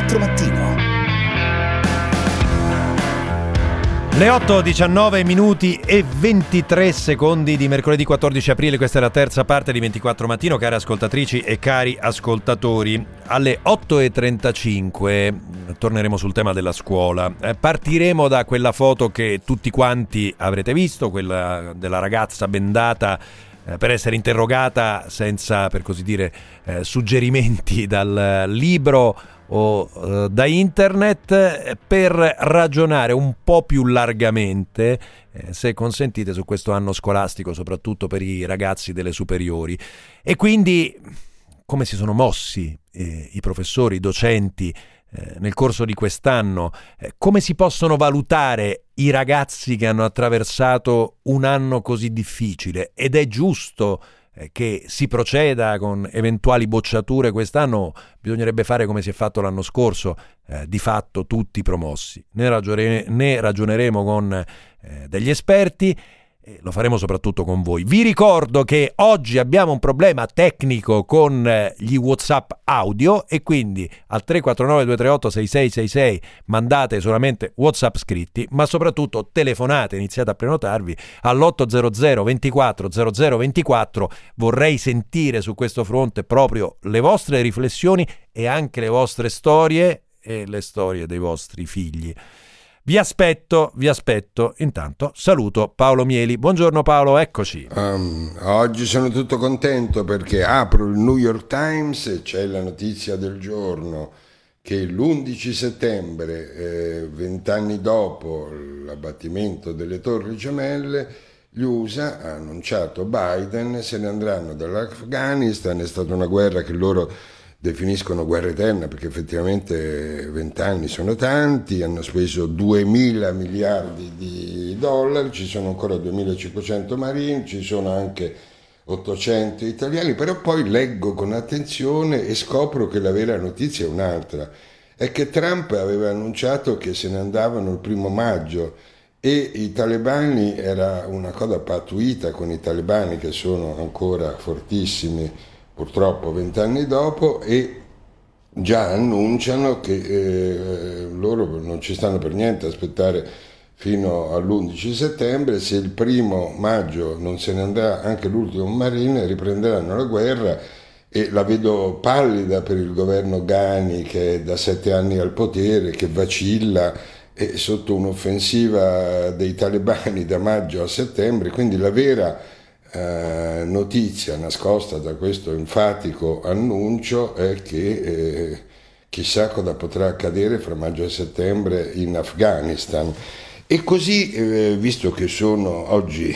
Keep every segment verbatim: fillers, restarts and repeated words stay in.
ventiquattro Mattino. Le otto, diciannove minuti e ventitré secondi di mercoledì quattordici aprile, questa è la terza parte di ventiquattro Mattino, care ascoltatrici e cari ascoltatori. Alle otto e trentacinque torneremo sul tema della scuola. Eh, partiremo da quella foto che tutti quanti avrete visto, quella della ragazza bendata eh, per essere interrogata senza, per così dire, eh, suggerimenti dal libro o uh, da internet, eh, per ragionare un po' più largamente, eh, se consentite, su questo anno scolastico, soprattutto per i ragazzi delle superiori, e quindi come si sono mossi eh, i professori, i docenti eh, nel corso di quest'anno, eh, come si possono valutare i ragazzi che hanno attraversato un anno così difficile, ed è giusto che si proceda con eventuali bocciature quest'anno. Bisognerebbe fare come si è fatto l'anno scorso, eh, di fatto tutti promossi. Ne, ragione, ne ragioneremo con eh, degli esperti e lo faremo soprattutto con voi. Vi ricordo che oggi abbiamo un problema tecnico con eh, gli WhatsApp audio, e quindi al tre quattro nove due tre otto sei sei sei sei mandate solamente WhatsApp scritti, ma soprattutto telefonate, iniziate a prenotarvi all'otto zero zero ventiquattro zero zero ventiquattro. Vorrei sentire su questo fronte proprio le vostre riflessioni e anche le vostre storie e le storie dei vostri figli. Vi aspetto, vi aspetto. Intanto saluto Paolo Mieli. Buongiorno Paolo, eccoci. Um, oggi sono tutto contento perché apro il New York Times e c'è la notizia del giorno che l'undici settembre, eh, vent'anni dopo l'abbattimento delle Torri Gemelle, gli U S A, ha annunciato Biden, se ne andranno dall'Afghanistan. È stata una guerra che loro definiscono guerra eterna, perché effettivamente vent'anni sono tanti, hanno speso duemila miliardi di dollari, ci sono ancora duemilacinquecento marini, ci sono anche ottocento italiani, però poi leggo con attenzione e scopro che la vera notizia è un'altra, è che Trump aveva annunciato che se ne andavano il primo maggio e i talebani, era una cosa pattuita con i talebani che sono ancora fortissimi purtroppo vent'anni dopo, e già annunciano che eh, loro non ci stanno per niente a aspettare fino all'undici settembre. Se il primo maggio non se ne andrà anche l'ultimo marine, riprenderanno la guerra, e la vedo pallida per il governo Ghani, che è da sette anni al potere, che vacilla e sotto un'offensiva dei talebani da maggio a settembre. Quindi la vera Eh, notizia nascosta da questo enfatico annuncio è che eh, chissà cosa potrà accadere fra maggio e settembre in Afghanistan. E così, eh, visto che sono oggi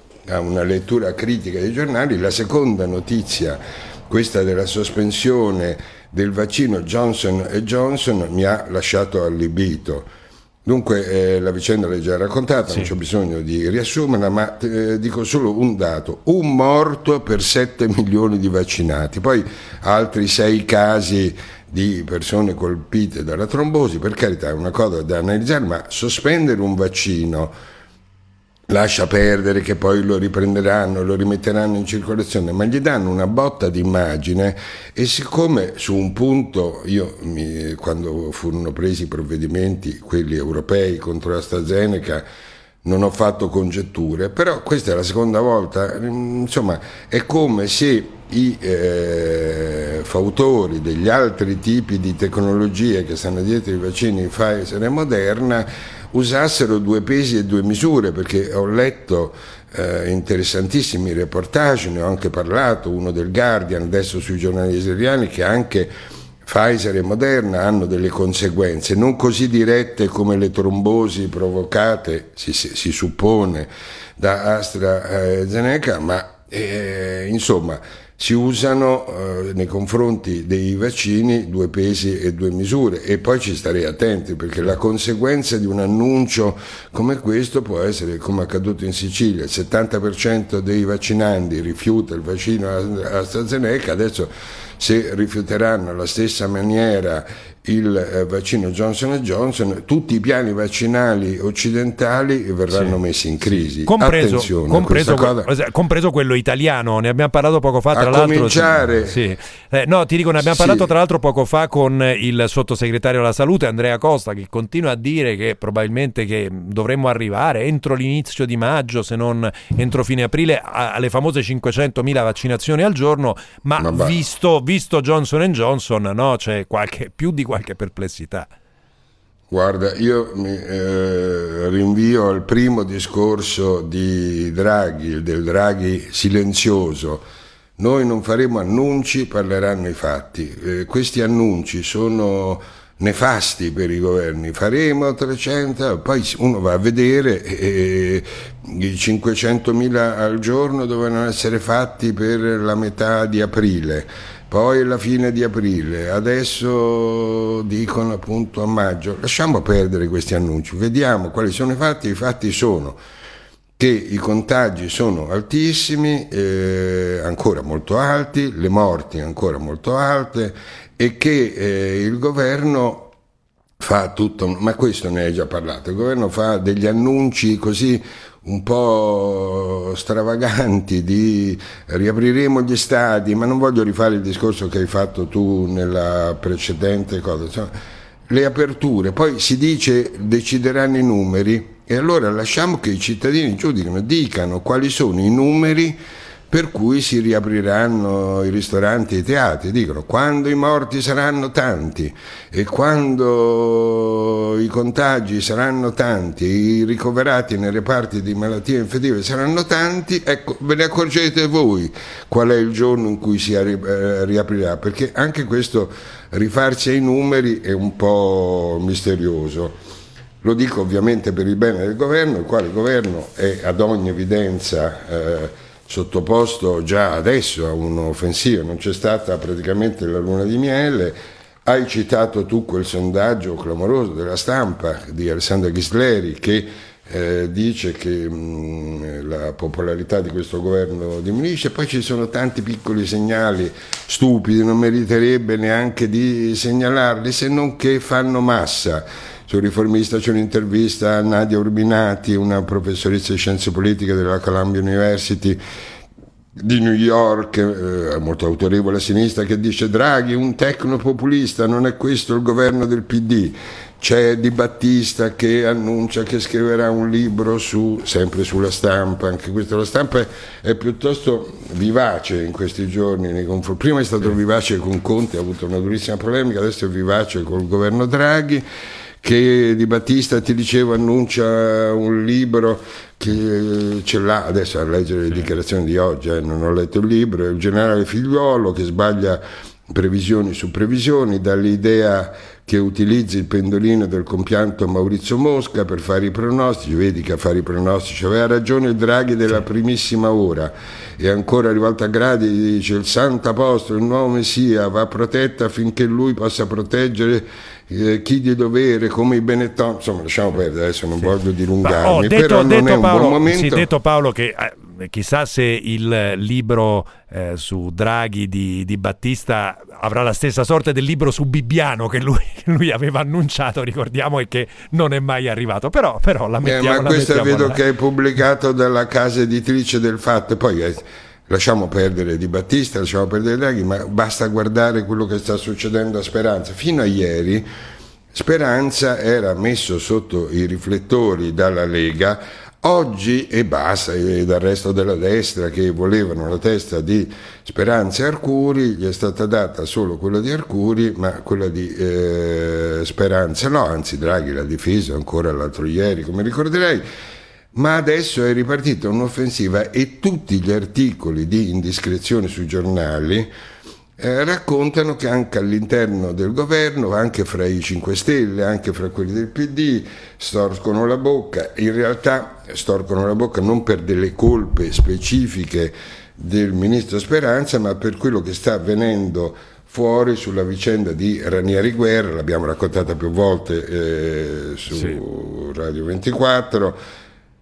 a una lettura critica dei giornali, la seconda notizia, questa della sospensione del vaccino Johnson and Johnson, mi ha lasciato allibito. Dunque eh, la vicenda l'hai già raccontata, sì. Non c'è bisogno di riassumerla, ma eh, dico solo un dato: un morto per sette milioni di vaccinati, poi altri sei casi di persone colpite dalla trombosi. Per carità, è una cosa da analizzare, ma sospendere un vaccino, lascia perdere che poi lo riprenderanno, lo rimetteranno in circolazione, ma gli danno una botta d'immagine. E siccome su un punto io, mi, quando furono presi i provvedimenti, quelli europei contro AstraZeneca, non ho fatto congetture, però questa è la seconda volta, insomma è come se i eh, fautori degli altri tipi di tecnologie che stanno dietro i vaccini Pfizer e Moderna usassero due pesi e due misure, perché ho letto eh, interessantissimi reportage, ne ho anche parlato, uno del Guardian, adesso sui giornali israeliani, che anche Pfizer e Moderna hanno delle conseguenze non così dirette come le trombosi provocate, si, si, si suppone, da AstraZeneca, ma eh, insomma si usano eh, nei confronti dei vaccini due pesi e due misure. E poi ci starei attenti, perché la conseguenza di un annuncio come questo può essere, come accaduto in Sicilia, il settanta per cento dei vaccinandi rifiuta il vaccino AstraZeneca. Adesso se rifiuteranno alla stessa maniera il eh, vaccino Johnson and Johnson, tutti i piani vaccinali occidentali verranno sì. messi in crisi. Compreso, Attenzione, compreso, cosa... compreso quello italiano, ne abbiamo parlato poco fa, tra a l'altro. Cominciare... Sì. Eh, no, ti dico, ne abbiamo sì. parlato tra l'altro poco fa con il sottosegretario alla salute Andrea Costa, che continua a dire che probabilmente che dovremmo arrivare entro l'inizio di maggio, se non entro fine aprile, alle famose cinquecentomila vaccinazioni al giorno, ma, ma visto, visto Johnson and Johnson, no, c'è qualche, più di qualche perplessità. Guarda, io mi eh, rinvio al primo discorso di Draghi, del Draghi silenzioso. Noi non faremo annunci, parleranno i fatti. Eh, questi annunci sono nefasti per i governi. Faremo trecento, poi uno va a vedere e i cinquecentomila al giorno dovevano essere fatti per la metà di aprile, poi la fine di aprile, adesso dicono appunto a maggio. Lasciamo perdere questi annunci, vediamo quali sono i fatti. I fatti sono che i contagi sono altissimi, eh, ancora molto alti, le morti ancora molto alte, e che eh, il governo fa tutto, ma questo ne hai già parlato, il governo fa degli annunci così un po' stravaganti di riapriremo gli stadi, ma non voglio rifare il discorso che hai fatto tu nella precedente cosa, insomma, le aperture, poi si dice decideranno i numeri, e allora lasciamo che i cittadini giudicano, dicano quali sono i numeri per cui si riapriranno i ristoranti e i teatri. Dicono quando i morti saranno tanti e quando i contagi saranno tanti, i ricoverati nei reparti di malattie infettive saranno tanti, ecco, ve ne accorgete voi qual è il giorno in cui si riaprirà, perché anche questo rifarsi ai numeri è un po' misterioso. Lo dico ovviamente per il bene del governo, il quale governo è ad ogni evidenza eh, sottoposto già adesso a un'offensiva, non c'è stata praticamente la luna di miele. Hai citato tu quel sondaggio clamoroso della Stampa di Alessandra Ghisleri che eh, dice che mh, la popolarità di questo governo diminuisce, poi ci sono tanti piccoli segnali stupidi, non meriterebbe neanche di segnalarli, se non che fanno massa. Sul Riformista c'è un'intervista a Nadia Urbinati, una professoressa di scienze politiche della Columbia University di New York, eh, molto autorevole a sinistra, che dice Draghi un tecnopopulista, non è questo il governo del P D. C'è Di Battista che annuncia che scriverà un libro su, sempre sulla Stampa, anche questo la Stampa è, è piuttosto vivace in questi giorni nei confronti. Prima è stato vivace con Conte, ha avuto una durissima polemica, adesso è vivace col governo Draghi. Che Di Battista, ti dicevo, annuncia un libro che ce l'ha adesso a leggere le dichiarazioni di oggi, eh, non ho letto il libro, è il generale Figliuolo che sbaglia previsioni su previsioni, dall'idea che utilizzi il pendolino del compianto Maurizio Mosca per fare i pronostici, vedi che a fare i pronostici aveva ragione il Draghi della primissima ora, e ancora rivolta a Gradi dice il Santo Apostolo, il nuovo Messia va protetta affinché lui possa proteggere eh, chi di dovere come i Benetton, insomma lasciamo perdere, adesso non sì. voglio dilungarmi, oh, detto, però non detto è un Paolo, buon momento. Sì, detto Paolo che eh, chissà se il libro eh, su Draghi di, di Battista avrà la stessa sorte del libro su Bibbiano che lui, che lui aveva annunciato, ricordiamo, e che non è mai arrivato, però, però la mettiamo, eh, ma questo vedo là. Che è pubblicato dalla casa editrice del Fatto, e poi eh, lasciamo perdere Di Battista, lasciamo perdere Draghi, ma basta guardare quello che sta succedendo a Speranza. Fino a ieri Speranza era messo sotto i riflettori dalla Lega, oggi e basta, e dal resto della destra che volevano la testa di Speranza e Arcuri, gli è stata data solo quella di Arcuri, ma quella di eh, Speranza no, anzi Draghi l'ha difeso ancora l'altro ieri, come ricorderei. Ma adesso è ripartita un'offensiva e tutti gli articoli di indiscrezione sui giornali eh, raccontano che anche all'interno del governo, anche fra i cinque Stelle, anche fra quelli del P D, storcono la bocca. In realtà storcono la bocca non per delle colpe specifiche del ministro Speranza, ma per quello che sta avvenendo fuori sulla vicenda di Ranieri Guerra, l'abbiamo raccontata più volte eh, su sì. Radio ventiquattro,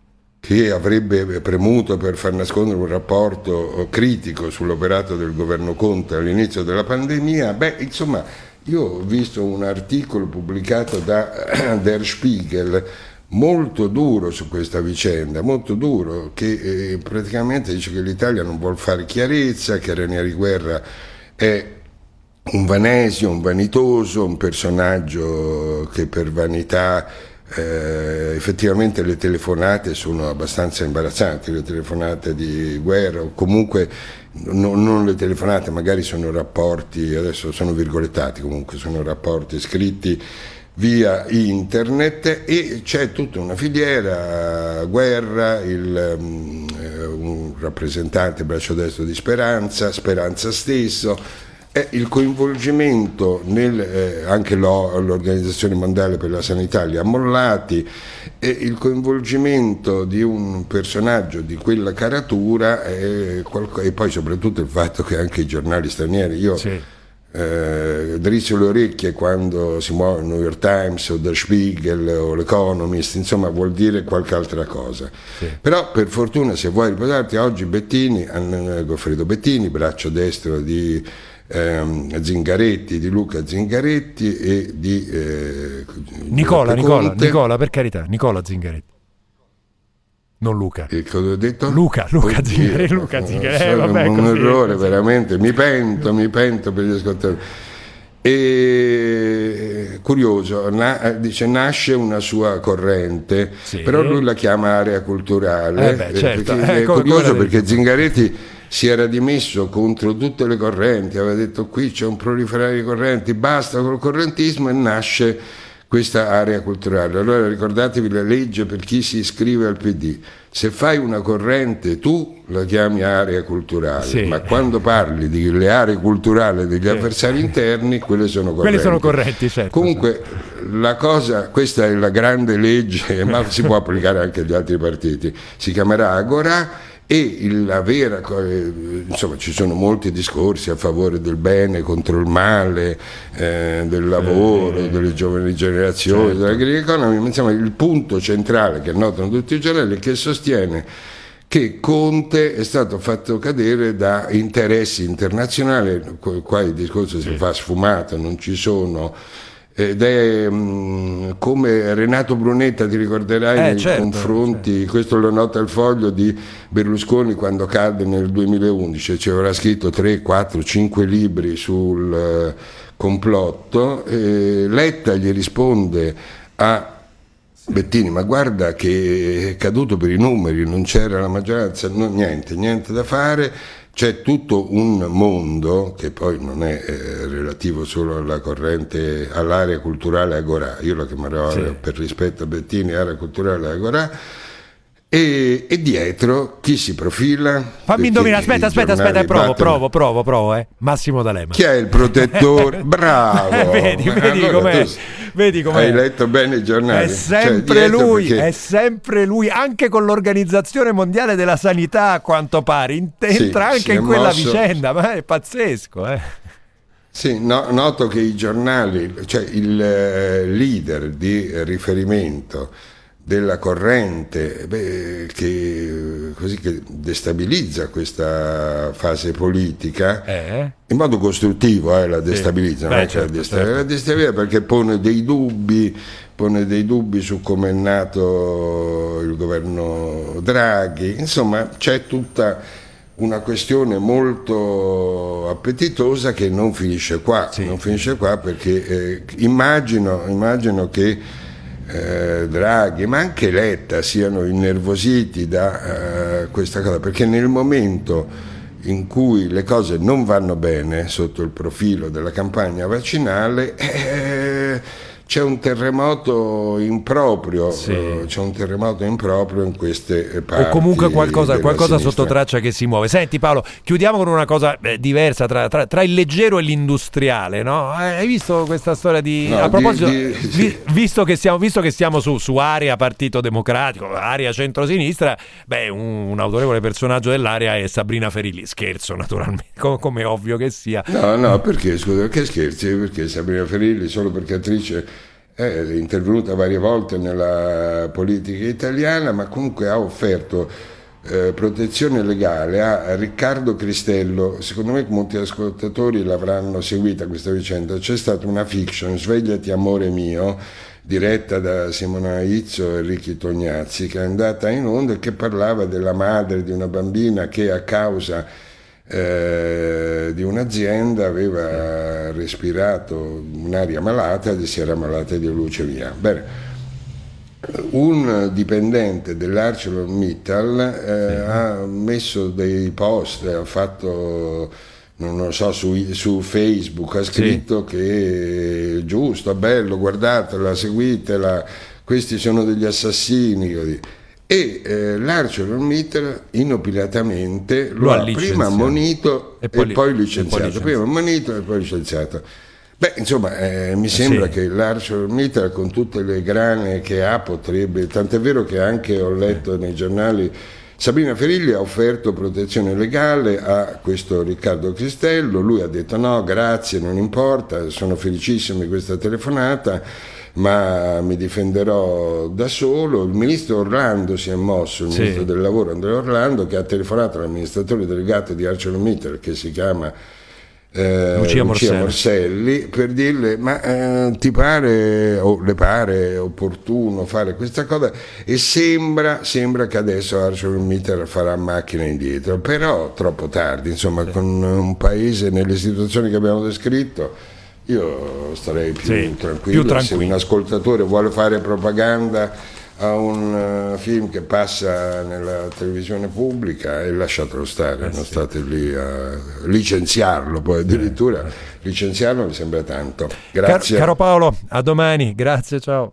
che avrebbe premuto per far nascondere un rapporto critico sull'operato del governo Conte all'inizio della pandemia. Beh, insomma, io ho visto un articolo pubblicato da Der Spiegel molto duro su questa vicenda, molto duro, che eh, praticamente dice che l'Italia non vuol fare chiarezza, che Ranieri Guerra è un vanesio, un vanitoso, un personaggio che per vanità Eh, effettivamente le telefonate sono abbastanza imbarazzanti, le telefonate di Guerra, o comunque no, non le telefonate, magari sono rapporti, adesso sono virgolettati, comunque sono rapporti scritti via internet, e c'è tutta una filiera, Guerra, il, um, un rappresentante braccio destro di Speranza, Speranza stesso. È il coinvolgimento nel, eh, anche l'O, l'Organizzazione Mondiale per la Sanità li ha mollati, e il coinvolgimento di un personaggio di quella caratura è qualco, e poi soprattutto il fatto che anche i giornali stranieri, io sì. eh, drizzo le orecchie quando si muove il New York Times o Der Spiegel o l'Economist, insomma vuol dire qualche altra cosa, sì. Però per fortuna, se vuoi riposarti, oggi Bettini, Goffredo Bettini, braccio destro di Eh, Zingaretti, di Luca Zingaretti e di eh, Nicola, Nicola, Nicola, per carità, Nicola Zingaretti, non Luca. Che cosa ho detto? Luca, Luca Zingaretti, Luca Zingaretti. Eh, vabbè, un così, errore così. Veramente, mi pento, mi pento per gli ascoltatori. E curioso, na, dice nasce una sua corrente, sì. Però lui la chiama area culturale. Eh beh, certo. Perché eh, è curioso perché Zingaretti si era dimesso contro tutte le correnti, aveva detto qui c'è un proliferare di correnti, basta col correntismo, e nasce questa area culturale. Allora ricordatevi la legge per chi si iscrive al P D: se fai una corrente tu la chiami area culturale, sì. Ma quando parli delle aree culturali degli sì. avversari interni, quelle sono correnti. Quelle sono corretti, certo. Comunque la cosa, questa è la grande legge, ma si può applicare anche agli altri partiti, si chiamerà Agorà. E la vera, insomma, ci sono molti discorsi a favore del bene contro il male, eh, del lavoro, eh, delle giovani generazioni, certo. Della green economy, ma insomma il punto centrale che notano tutti i giornali è che sostiene che Conte è stato fatto cadere da interessi internazionali. Qua il discorso si fa sfumato, non ci sono. Ed è mh, come Renato Brunetta, ti ricorderai, eh, nei certo, confronti, certo. Questo lo nota il Foglio, di Berlusconi quando cadde nel duemilaundici, ci avrà scritto tre, quattro, cinque libri sul uh, complotto, e Letta gli risponde a Bettini: ma guarda che è caduto per i numeri, non c'era la maggioranza, no, niente, niente da fare. C'è tutto un mondo che poi non è eh, relativo solo alla corrente, all'area culturale Agorà, io la chiamerò sì. per rispetto a Bettini area culturale Agorà, e, e dietro chi si profila? Fammi indovinare, aspetta, aspetta, aspetta, provo, provo, provo, provo, eh. Massimo D'Alema. Chi è il protettore? Bravo! vedi, vedi allora, com'è, tu... Vedi com'è. Hai letto bene i giornali. È sempre cioè, lui, perché... è sempre lui, anche con l'Organizzazione Mondiale della Sanità, a quanto pare, entra sì, anche in quella mosso... vicenda, ma è pazzesco, eh. Sì, no, noto che i giornali, cioè il eh, leader di riferimento della corrente beh, che così che destabilizza questa fase politica eh? in modo costruttivo, eh, la destabilizza, sì. non Beh, è certo, la destabilizza, certo. la destabilizza perché pone dei dubbi, pone dei dubbi su come è nato il governo Draghi, insomma c'è tutta una questione molto appetitosa che non finisce qua, sì. non finisce qua perché eh, immagino, immagino che Eh, Draghi ma anche Letta siano innervositi da eh, questa cosa, perché nel momento in cui le cose non vanno bene sotto il profilo della campagna vaccinale eh, c'è un terremoto improprio, sì. eh, c'è un terremoto improprio in queste parti. O comunque qualcosa, qualcosa sotto traccia che si muove. Senti Paolo, chiudiamo con una cosa eh, diversa tra, tra, tra il leggero e l'industriale, no? Eh, hai visto questa storia di... No, a proposito, di, di, vi, sì. visto che siamo, visto che siamo su, su area Partito Democratico, area centrosinistra, beh, un, un autorevole personaggio dell'area è Sabrina Ferilli. Scherzo, naturalmente, come, come ovvio che sia. No, no, perché, scusa, che scherzi? Perché Sabrina Ferilli, solo perché attrice... è intervenuta varie volte nella politica italiana, ma comunque ha offerto eh, protezione legale a Riccardo Cristello. Secondo me molti ascoltatori l'avranno seguita questa vicenda. C'è stata una fiction, Svegliati amore mio, diretta da Simona Izzo e Ricky Tognazzi, che è andata in onda e che parlava della madre di una bambina che a causa eh, di un'azienda aveva respirato un'aria malata e si era ammalata di leucemia. Bene, un dipendente dell'ArcelorMittal eh, sì. ha messo dei post, ha fatto, non lo so, su, su Facebook, ha scritto sì. che è giusto, bello, guardatela, seguitela, questi sono degli assassini, così. E eh, l'ArcelorMittal inopinatamente lo, lo ha prima ammonito e poi, e poi licenziato, e poi prima ammonito e poi licenziato. Beh, insomma, eh, mi sembra sì. che l'ArcelorMittal, con tutte le grane che ha, potrebbe, tant'è vero che anche ho letto nei giornali, Sabrina Ferilli ha offerto protezione legale a questo Riccardo Cristello, lui ha detto no, grazie, non importa, sono felicissimo di questa telefonata, ma mi difenderò da solo. Il ministro Orlando si è mosso, il sì. ministro del lavoro Andrea Orlando, che ha telefonato all'amministratore delegato di ArcelorMittal, che si chiama Eh, Lucia, Lucia Morselli. Morselli, per dirle ma eh, ti pare o le pare opportuno fare questa cosa, e sembra, sembra che adesso ArcelorMittal farà macchina indietro, però troppo tardi, insomma sì. con un paese nelle situazioni che abbiamo descritto io starei più, sì, tranquillo. più tranquillo. Se un ascoltatore vuole fare propaganda a un uh, film che passa nella televisione pubblica e lasciatelo stare, eh non sì. state lì a licenziarlo, poi addirittura eh. licenziarlo mi sembra tanto. Grazie. Caro, caro Paolo, a domani, grazie, ciao.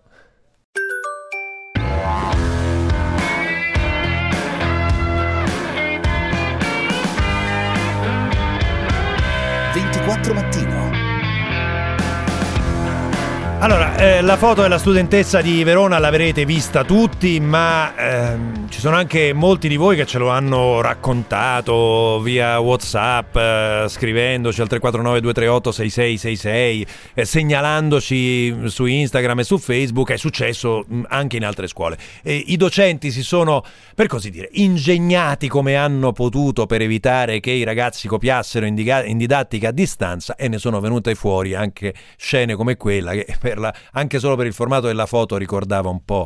ventiquattro mattino. Allora, eh, la foto della studentessa di Verona l'avrete vista tutti, ma ehm, ci sono anche molti di voi che ce lo hanno raccontato via WhatsApp, eh, scrivendoci al tre quattro nove due tre otto sei sei sei sei, eh, segnalandoci su Instagram e su Facebook. È successo mh, anche in altre scuole. E i docenti si sono, per così dire, ingegnati come hanno potuto per evitare che i ragazzi copiassero in, diga- in didattica a distanza, e ne sono venute fuori anche scene come quella che per la, anche solo per il formato della foto ricordava un po'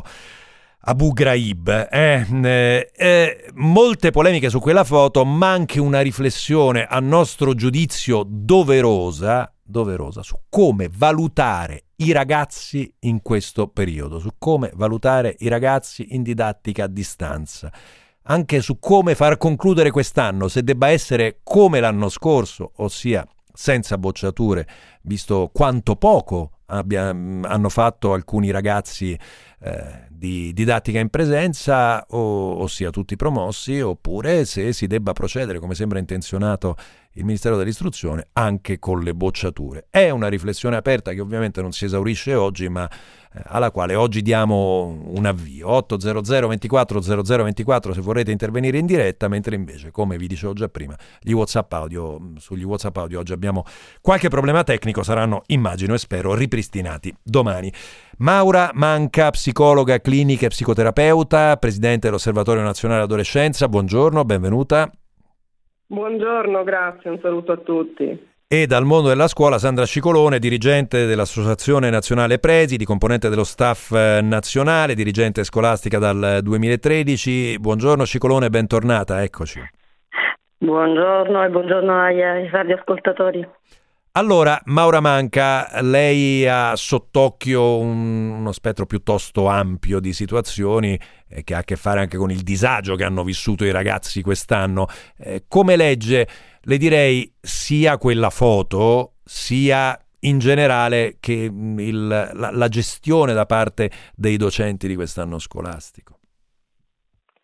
Abu Ghraib. Eh, eh, eh, molte polemiche su quella foto, ma anche una riflessione a nostro giudizio doverosa, doverosa su come valutare i ragazzi in questo periodo, su come valutare i ragazzi in didattica a distanza, anche su come far concludere quest'anno, se debba essere come l'anno scorso, ossia senza bocciature, visto quanto poco abbia, hanno fatto alcuni ragazzi eh, di didattica in presenza, o, ossia tutti promossi, oppure se si debba procedere, come sembra intenzionato il Ministero dell'Istruzione, anche con le bocciature. È una riflessione aperta che ovviamente non si esaurisce oggi, ma eh, alla quale oggi diamo un avvio. otto zero zero ventiquattro zero zero ventiquattro se vorrete intervenire in diretta, mentre invece, come vi dicevo già prima, gli WhatsApp audio, sugli WhatsApp audio oggi abbiamo qualche problema tecnico, saranno, immagino e spero, ripristinati domani. Maura Manca, psicologa clinica e psicoterapeuta, presidente dell'Osservatorio Nazionale Adolescenza, buongiorno, benvenuta. Buongiorno, grazie, un saluto a tutti. E dal mondo della scuola Sandra Scicolone, dirigente dell'Associazione Nazionale Presidi, componente dello staff nazionale, dirigente scolastica dal duemilatredici. Buongiorno Scicolone, bentornata, eccoci. Buongiorno e buongiorno agli, ai radioascoltatori. Allora, Maura Manca, lei ha sott'occhio un, uno spettro piuttosto ampio di situazioni eh, che ha a che fare anche con il disagio che hanno vissuto i ragazzi quest'anno. Eh, come legge, le direi sia quella foto, sia in generale che il, la, la gestione da parte dei docenti di quest'anno scolastico?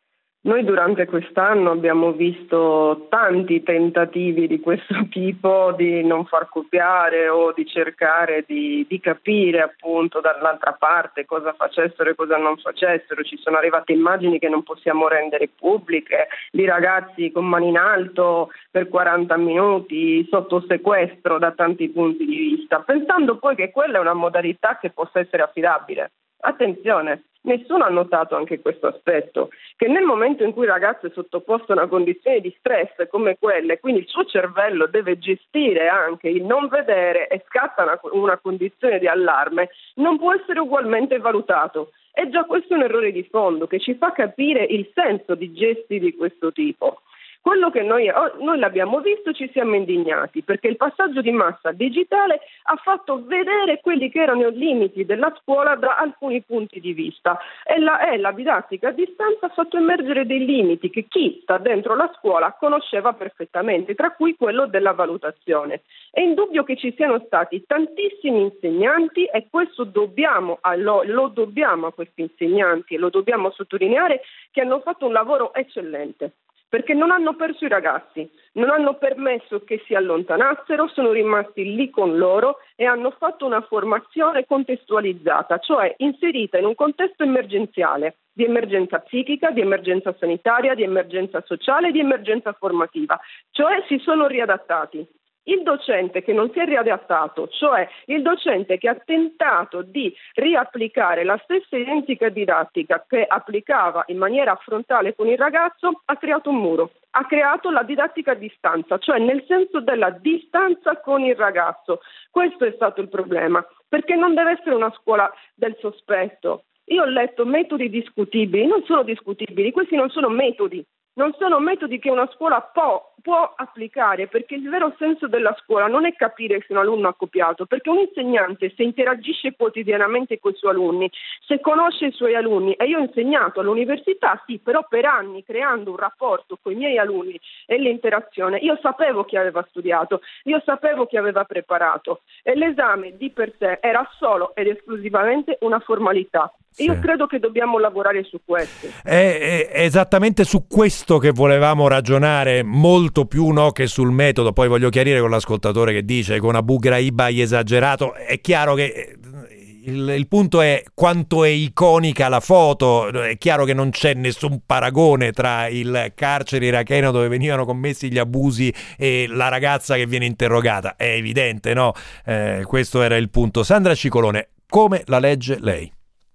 Noi durante quest'anno abbiamo visto tanti tentativi di questo tipo di non far copiare o di cercare di, di capire appunto dall'altra parte cosa facessero e cosa non facessero. Ci sono arrivate immagini che non possiamo rendere pubbliche di ragazzi con mani in alto per quaranta minuti sotto sequestro da tanti punti di vista, pensando poi che quella è una modalità che possa essere affidabile. Attenzione! Nessuno ha notato anche questo aspetto, che nel momento in cui il ragazzo è sottoposto a una condizione di stress come quelle, quindi il suo cervello deve gestire anche il non vedere e scatta una, una condizione di allarme, non può essere ugualmente valutato. E già questo è un errore di fondo che ci fa capire il senso di gesti di questo tipo. Quello che noi, noi l'abbiamo visto, ci siamo indignati, perché il passaggio di massa digitale ha fatto vedere quelli che erano i limiti della scuola da alcuni punti di vista e la, e la didattica a distanza ha fatto emergere dei limiti che chi sta dentro la scuola conosceva perfettamente, tra cui quello della valutazione. È indubbio che ci siano stati tantissimi insegnanti e questo dobbiamo, lo, lo dobbiamo a questi insegnanti e lo dobbiamo sottolineare, che hanno fatto un lavoro eccellente. Perché non hanno perso i ragazzi, non hanno permesso che si allontanassero, sono rimasti lì con loro e hanno fatto una formazione contestualizzata, cioè inserita in un contesto emergenziale, di emergenza psichica, di emergenza sanitaria, di emergenza sociale, di emergenza formativa, cioè si sono riadattati. Il docente che non si è riadattato, cioè il docente che ha tentato di riapplicare la stessa identica didattica che applicava in maniera frontale con il ragazzo, ha creato un muro, ha creato la didattica a distanza, cioè nel senso della distanza con il ragazzo. Questo è stato il problema, perché non deve essere una scuola del sospetto. Io ho letto metodi discutibili, non sono discutibili, questi non sono metodi. Non sono metodi che una scuola può, può applicare, perché il vero senso della scuola non è capire se un alunno ha copiato, perché un insegnante, se interagisce quotidianamente con i suoi alunni, se conosce i suoi alunni, e io ho insegnato all'università, sì, però per anni creando un rapporto con i miei alunni e l'interazione, io sapevo chi aveva studiato, io sapevo chi aveva preparato e l'esame di per sé era solo ed esclusivamente una formalità. Sì. Io credo che dobbiamo lavorare su questo. È, è esattamente su questo che volevamo ragionare, molto più no che sul metodo. Poi voglio chiarire con l'ascoltatore che dice con Abu Ghraib hai esagerato. È chiaro che il, il punto è quanto è iconica la foto. È chiaro che non c'è nessun paragone tra il carcere iracheno dove venivano commessi gli abusi e la ragazza che viene interrogata. È evidente, no? Eh, questo era il punto. Sandra Cicolone, come la legge lei?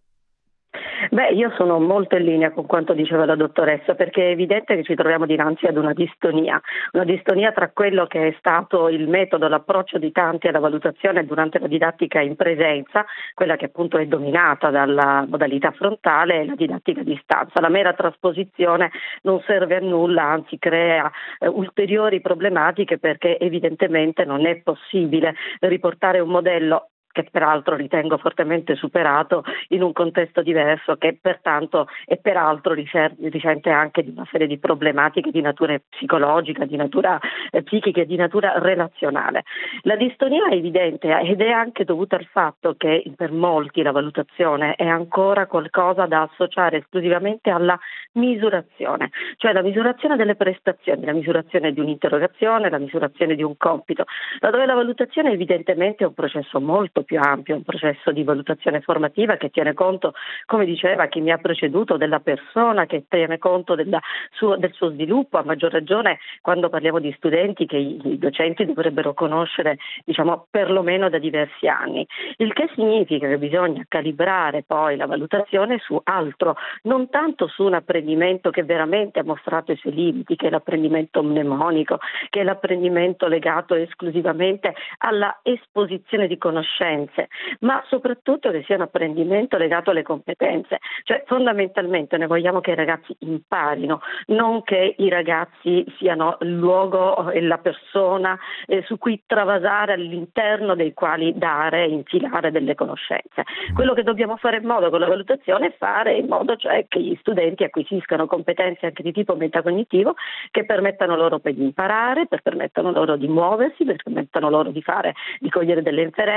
Beh, io sono molto in linea con quanto diceva la dottoressa, perché è evidente che ci troviamo dinanzi ad una distonia, una distonia tra quello che è stato il metodo, l'approccio di tanti alla valutazione durante la didattica in presenza, quella che appunto è dominata dalla modalità frontale, e la didattica a distanza. La mera trasposizione non serve a nulla, anzi crea eh, ulteriori problematiche, perché evidentemente non è possibile riportare un modello che peraltro ritengo fortemente superato in un contesto diverso, che pertanto e peraltro risente anche di una serie di problematiche di natura psicologica, di natura eh, psichica e di natura relazionale. La distonia è evidente ed è anche dovuta al fatto che per molti la valutazione è ancora qualcosa da associare esclusivamente alla misurazione, cioè la misurazione delle prestazioni, la misurazione di un'interrogazione, la misurazione di un compito, laddove la valutazione evidentemente è un processo molto più ampio, un processo di valutazione formativa che tiene conto, come diceva chi mi ha preceduto, della persona, che tiene conto della suo, del suo sviluppo, a maggior ragione quando parliamo di studenti che i, i docenti dovrebbero conoscere, diciamo, perlomeno da diversi anni, il che significa che bisogna calibrare poi la valutazione su altro, non tanto su un apprendimento che veramente ha mostrato i suoi limiti, che è l'apprendimento mnemonico, che è l'apprendimento legato esclusivamente alla esposizione di conoscenze, ma soprattutto che sia un apprendimento legato alle competenze, cioè fondamentalmente noi vogliamo che i ragazzi imparino, non che i ragazzi siano il luogo e la persona eh, su cui travasare, all'interno dei quali dare e infilare delle conoscenze. Quello che dobbiamo fare in modo con la valutazione è fare in modo cioè che gli studenti acquisiscano competenze anche di tipo metacognitivo che permettano loro poi di imparare, per permettano loro di muoversi, per permettano loro di fare, di cogliere delle inferenze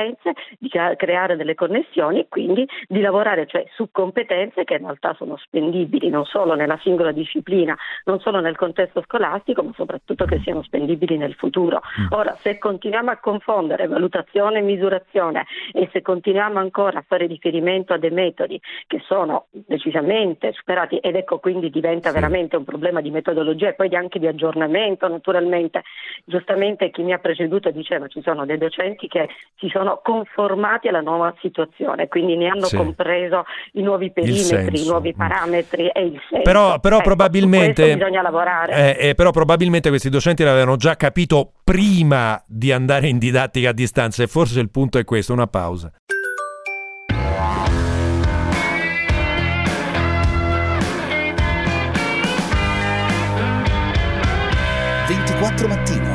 di creare delle connessioni e quindi di lavorare cioè su competenze che in realtà sono spendibili non solo nella singola disciplina, non solo nel contesto scolastico, ma soprattutto che siano spendibili nel futuro. Ora, se continuiamo a confondere valutazione e misurazione e se continuiamo ancora a fare riferimento a dei metodi che sono decisamente superati, ed ecco quindi diventa sì. veramente un problema di metodologia e poi anche di aggiornamento. Naturalmente, giustamente chi mi ha preceduto diceva ci sono dei docenti che si sono conformati alla nuova situazione, quindi ne hanno sì. compreso i nuovi perimetri, i nuovi parametri e il senso. Però, però ecco, probabilmente bisogna lavorare. Eh, eh, però probabilmente questi docenti l'avevano già capito prima di andare in didattica a distanza e forse il punto è questo, una pausa. ventiquattro Mattino.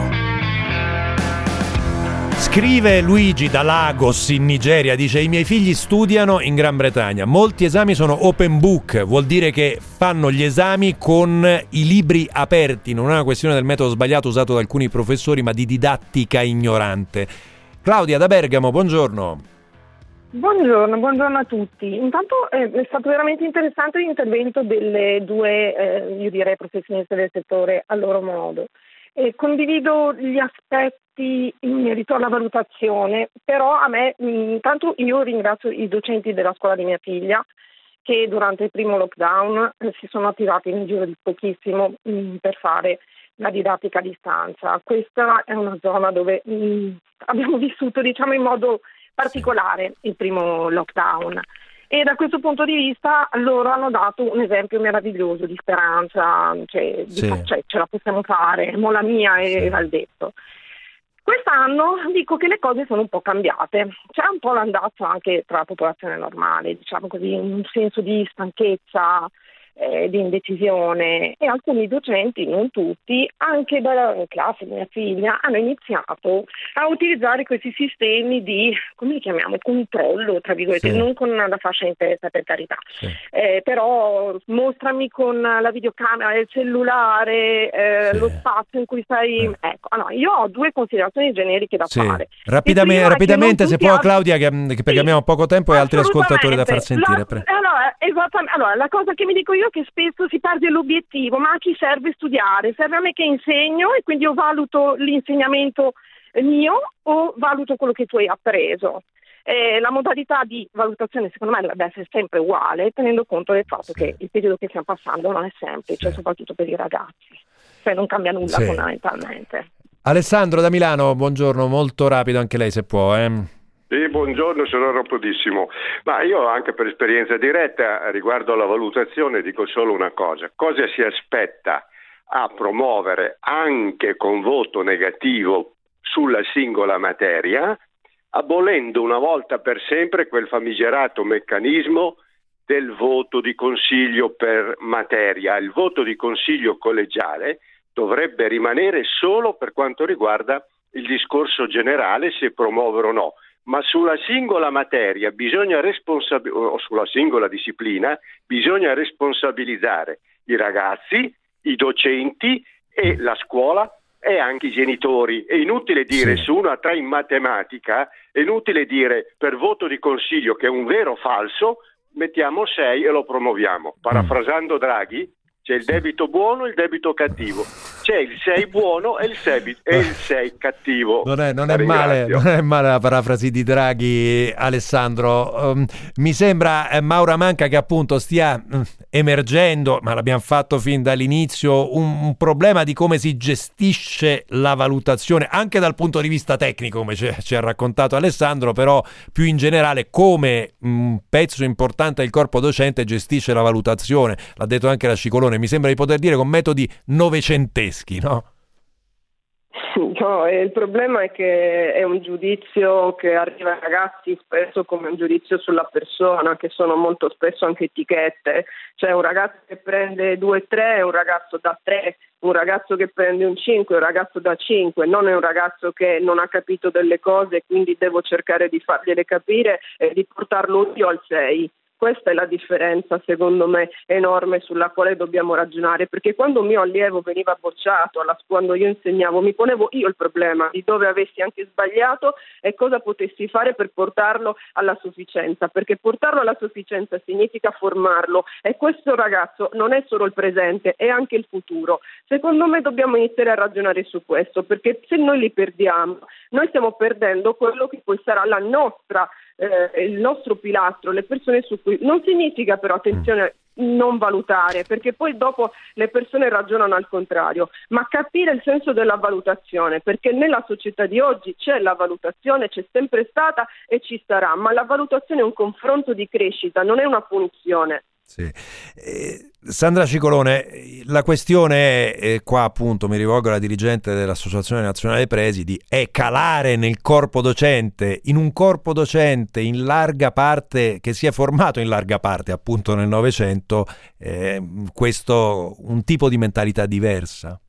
Scrive Luigi da Lagos in Nigeria, dice: i miei figli studiano in Gran Bretagna, molti esami sono open book, vuol dire che fanno gli esami con i libri aperti, non è una questione del metodo sbagliato usato da alcuni professori ma di didattica ignorante. Claudia da Bergamo, buongiorno. Buongiorno, buongiorno a tutti. Intanto eh, è stato veramente interessante l'intervento delle due, eh, io direi, professioniste del settore a loro modo. Eh, condivido gli aspetti in merito alla valutazione, però a me, intanto io ringrazio i docenti della scuola di mia figlia che durante il primo lockdown eh, si sono attivati nel giro di pochissimo mh, per fare la didattica a distanza. Questa è una zona dove mh, abbiamo vissuto, diciamo, in modo particolare il primo lockdown e da questo punto di vista loro hanno dato un esempio meraviglioso di speranza, cioè, di sì. fa- cioè ce la possiamo fare, mo la mia era il detto. Quest'anno dico che le cose sono un po' cambiate, c'è un po' l'andazzo anche tra la popolazione normale, diciamo così, un senso di stanchezza, eh, di indecisione, e alcuni docenti, non tutti, anche dalla classe di mia figlia, hanno iniziato a utilizzare questi sistemi di, come li chiamiamo, controllo, tra virgolette, sì. non con la fascia in testa, per carità, sì. eh, però mostrami con la videocamera, il cellulare, eh, sì. lo spazio in cui stai... Eh. Ecco, no, io ho due considerazioni generiche da sì. fare. Rapidamente, rapidamente se può, altri... Claudia, che, che perché sì. abbiamo poco tempo e altri ascoltatori da far sentire. La, allora, esattamente, allora, la cosa che mi dico io è che spesso si perde l'obiettivo, ma a chi serve studiare? Serve a me che insegno e quindi io valuto l'insegnamento mio o valuto quello che tu hai appreso. Eh, la modalità di valutazione secondo me dovrebbe essere sempre uguale, tenendo conto del fatto sì. che il periodo che stiamo passando non è semplice, sì. soprattutto per i ragazzi, cioè non cambia nulla sì. fondamentalmente. Alessandro da Milano, buongiorno, molto rapido anche lei se può. Eh. Sì, buongiorno, sono rapidissimo. Ma io anche per esperienza diretta riguardo alla valutazione dico solo una cosa: cosa si aspetta a promuovere anche con voto negativo sulla singola materia, abolendo una volta per sempre quel famigerato meccanismo del voto di consiglio per materia. Il voto di consiglio collegiale dovrebbe rimanere solo per quanto riguarda il discorso generale, se promuovere o no. Ma sulla singola materia bisogna responsabil- o sulla singola disciplina bisogna responsabilizzare i ragazzi, i docenti e la scuola e anche i genitori. È inutile dire sì. su uno a tre in matematica, è inutile dire per voto di consiglio che è un vero o falso, mettiamo sei e lo promuoviamo. Parafrasando Draghi, c'è il debito buono e il debito cattivo. C'è il sei buono e il sei, e il sei cattivo. Non è, non, è male, non è male la parafrasi di Draghi, Alessandro. Um, mi sembra, eh, Maura Manca, che appunto stia um, emergendo, ma l'abbiamo fatto fin dall'inizio, un, un problema di come si gestisce la valutazione, anche dal punto di vista tecnico, come ci, ci ha raccontato Alessandro, però più in generale come un pezzo importante del corpo docente gestisce la valutazione. L'ha detto anche la Scicolone. Mi sembra di poter dire con metodi novecenteschi, no? No, il problema è che è un giudizio che arriva ai ragazzi spesso come un giudizio sulla persona, che sono molto spesso anche etichette. C'è un ragazzo che prende due tre, un ragazzo da tre, un ragazzo che prende un cinque, un ragazzo da cinque. Non è un ragazzo che non ha capito delle cose, quindi devo cercare di fargliele capire e di portarlo io al sei. Questa è la differenza, secondo me, enorme sulla quale dobbiamo ragionare, perché quando un mio allievo veniva bocciato, alla, quando io insegnavo, mi ponevo io il problema di dove avessi anche sbagliato e cosa potessi fare per portarlo alla sufficienza, perché portarlo alla sufficienza significa formarlo, e questo ragazzo non è solo il presente, è anche il futuro. Secondo me dobbiamo iniziare a ragionare su questo, perché se noi li perdiamo, noi stiamo perdendo quello che poi sarà la nostra Eh, il nostro pilastro, le persone su cui non significa però, attenzione, non valutare, perché poi dopo le persone ragionano al contrario, ma capire il senso della valutazione, perché nella società di oggi c'è la valutazione, c'è sempre stata e ci sarà, ma la valutazione è un confronto di crescita, non è una punizione. Sì. Eh, Sandra Cicolone, la questione è, eh, qua appunto mi rivolgo alla dirigente dell'Associazione Nazionale Presidi, è calare nel corpo docente, in un corpo docente in larga parte, che si è formato in larga parte appunto nel Novecento, eh, questo un tipo di mentalità diversa.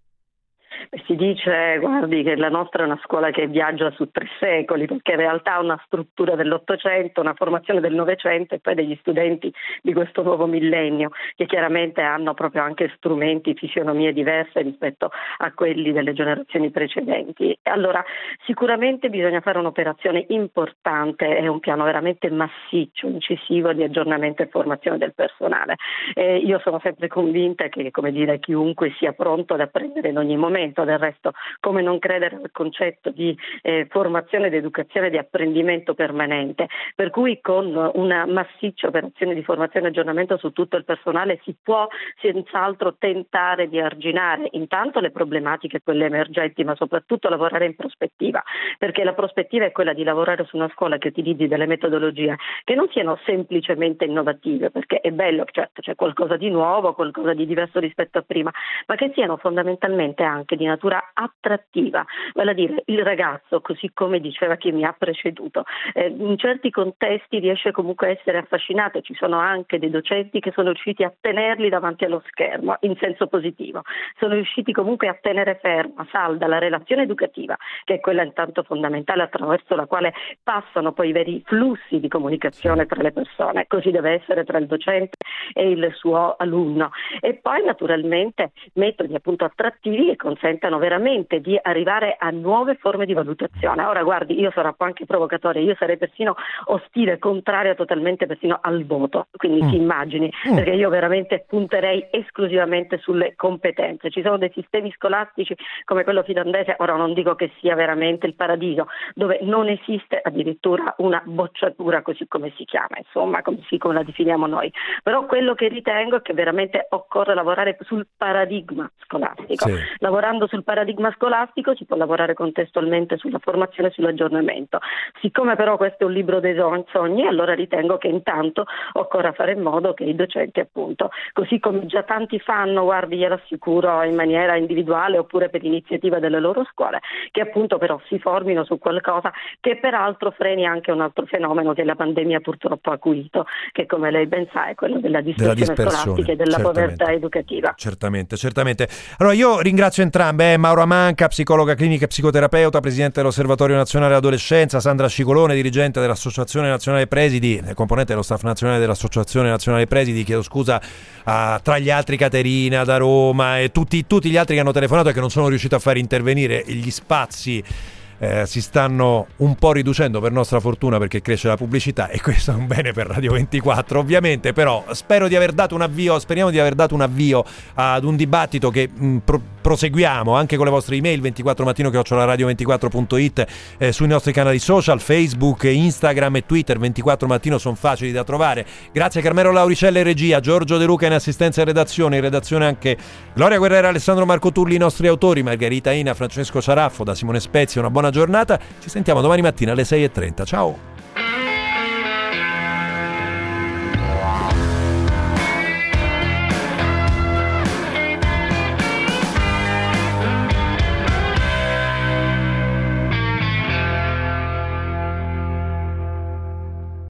Si dice, guardi, che la nostra è una scuola che viaggia su tre secoli, perché in realtà ha una struttura dell'Ottocento, una formazione del Novecento e poi degli studenti di questo nuovo millennio, che chiaramente hanno proprio anche strumenti, fisionomie diverse rispetto a quelli delle generazioni precedenti. E allora sicuramente bisogna fare un'operazione importante e un piano veramente massiccio, incisivo di aggiornamento e formazione del personale. E io sono sempre convinta che, come dire, chiunque sia pronto ad apprendere in ogni momento. Del resto, come non credere al concetto di eh, formazione ed educazione di apprendimento permanente, per cui con una massiccia operazione di formazione e aggiornamento su tutto il personale si può senz'altro tentare di arginare intanto le problematiche, quelle emergenti, ma soprattutto lavorare in prospettiva, perché la prospettiva è quella di lavorare su una scuola che utilizzi delle metodologie che non siano semplicemente innovative, perché è bello, certo c'è qualcosa di nuovo, qualcosa di diverso rispetto a prima, ma che siano fondamentalmente anche di natura attrattiva, vale a dire il ragazzo, così come diceva chi mi ha preceduto, eh, in certi contesti riesce comunque a essere affascinato. Ci sono anche dei docenti che sono riusciti a tenerli davanti allo schermo in senso positivo, sono riusciti comunque a tenere ferma, salda la relazione educativa, che è quella intanto fondamentale attraverso la quale passano poi i veri flussi di comunicazione tra le persone. Così deve essere tra il docente e il suo alunno, e poi naturalmente metodi appunto attrattivi che consentano veramente di arrivare a nuove forme di valutazione. Ora guardi, io sarò anche provocatore, io sarei persino ostile, contraria totalmente persino al voto, quindi mm. ti immagini, mm. perché io veramente punterei esclusivamente sulle competenze. Ci sono dei sistemi scolastici come quello finlandese, ora non dico che sia veramente il paradiso, dove non esiste addirittura una bocciatura, così come si chiama, insomma, così come la definiamo noi, però quello che ritengo è che veramente occorre lavorare sul paradigma scolastico, sì. Lavorando sul paradigma scolastico si può lavorare contestualmente sulla formazione e sull'aggiornamento. Siccome però questo è un libro dei sogni, allora ritengo che intanto occorra fare in modo che i docenti, appunto, così come già tanti fanno, guardi, glielo assicuro, in maniera individuale oppure per iniziativa delle loro scuole, che appunto però si formino su qualcosa che peraltro freni anche un altro fenomeno che la pandemia purtroppo ha acuito, che come lei ben sa è quello della dispersione, della dispersione scolastica e della certamente. Povertà educativa. Certamente, certamente. Allora io ringrazio entrambe, eh, Maura Manca, psicologa clinica e psicoterapeuta, presidente dell'Osservatorio Nazionale dell'Adolescenza, Sandra Cicolone, dirigente dell'Associazione Nazionale Presidi, componente dello staff nazionale dell'Associazione Nazionale Presidi, chiedo scusa a, tra gli altri Caterina da Roma e tutti, tutti gli altri che hanno telefonato e che non sono riusciti a far intervenire. Gli spazi Eh, si stanno un po' riducendo per nostra fortuna, perché cresce la pubblicità e questo è un bene per Radio ventiquattro ovviamente, però spero di aver dato un avvio, speriamo di aver dato un avvio ad un dibattito che mh, pro- proseguiamo anche con le vostre email ventiquattro mattino chiocciola radio ventiquattro punto it, eh, sui nostri canali social Facebook, Instagram e Twitter. ventiquattro mattino sono facili da trovare. Grazie a Carmelo Lauricella in regia, Giorgio De Luca in assistenza e redazione, in redazione anche Gloria Guerrera, Alessandro Marco Tulli, i nostri autori, Margherita Ina, Francesco Ciaraffo, da Simone Spezia. Una buona giornata, ci sentiamo domani mattina alle sei e trenta. Ciao.